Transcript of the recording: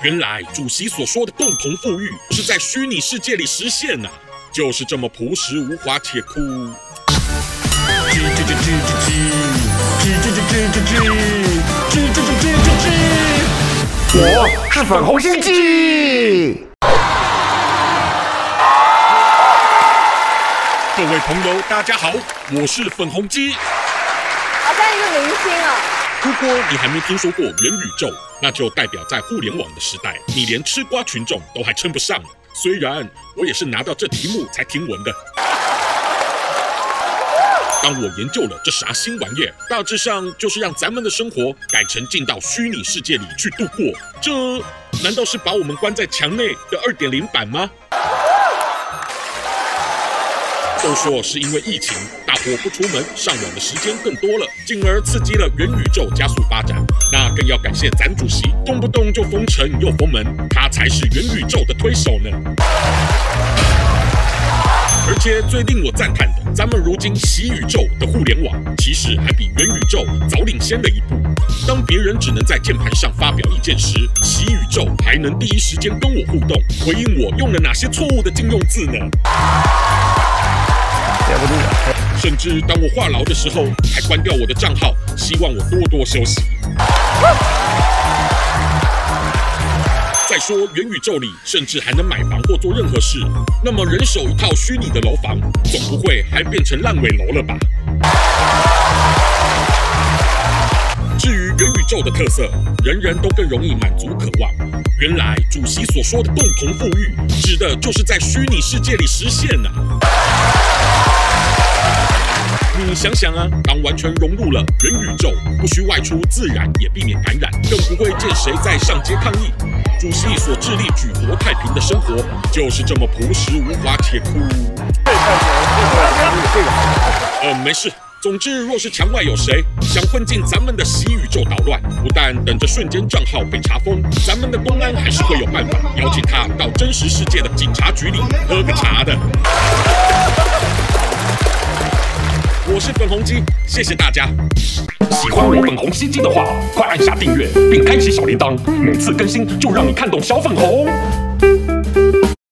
原来主席所说的共同富裕是在虚拟世界里实现呐，就是这么朴实无华且酷。 我是粉红心机。 各位朋友，大家好，我是粉红鸡。 好像一个明星啊。 如果你还没听说过元宇宙，那就代表在互联网的时代，你连吃瓜群众都还称不上。虽然我也是拿到这题目才听闻的。当我研究了这啥新玩意儿，大致上就是让咱们的生活改成进到虚拟世界里去度过。这难道是把我们关在墙内的2.0版吗？都说是因为疫情，大伙不出门，上网的时间更多了，进而刺激了元宇宙加速发展。那更要感谢咱主席，动不动就封城又封门，他才是元宇宙的推手呢。而且最令我赞叹的，咱们如今习宇宙的互联网，其实还比元宇宙早领先了一步。当别人只能在键盘上发表意见时，习宇宙还能第一时间跟我互动，回应我用了哪些错误的禁用字呢？甚至当我话痨的时候，还关掉我的账号，希望我多多休息。再说元宇宙里甚至还能买房或做任何事，那么人手一套虚拟的楼房，总不会还变成烂尾楼了吧？至于元宇宙的特色，人人都更容易满足渴望。原来主席所说的共同富裕，指的就是在虚拟世界里实现啊。你想想啊，当完全融入了元宇宙，不需外出，自然也避免感染，更不会见谁在上街抗议。主席所致力举国太平的生活，就是这么朴实无华且酷。没事。总之，若是墙外有谁想混进咱们的习宇宙捣乱，不但等着瞬间账号被查封，咱们的公安还是会有办法邀请他到真实世界的警察局里喝个茶的。我是粉红鸡，谢谢大家。 喜欢我粉红心机的话，快按下订阅并开启小铃铛，每次更新就让你看懂小粉红。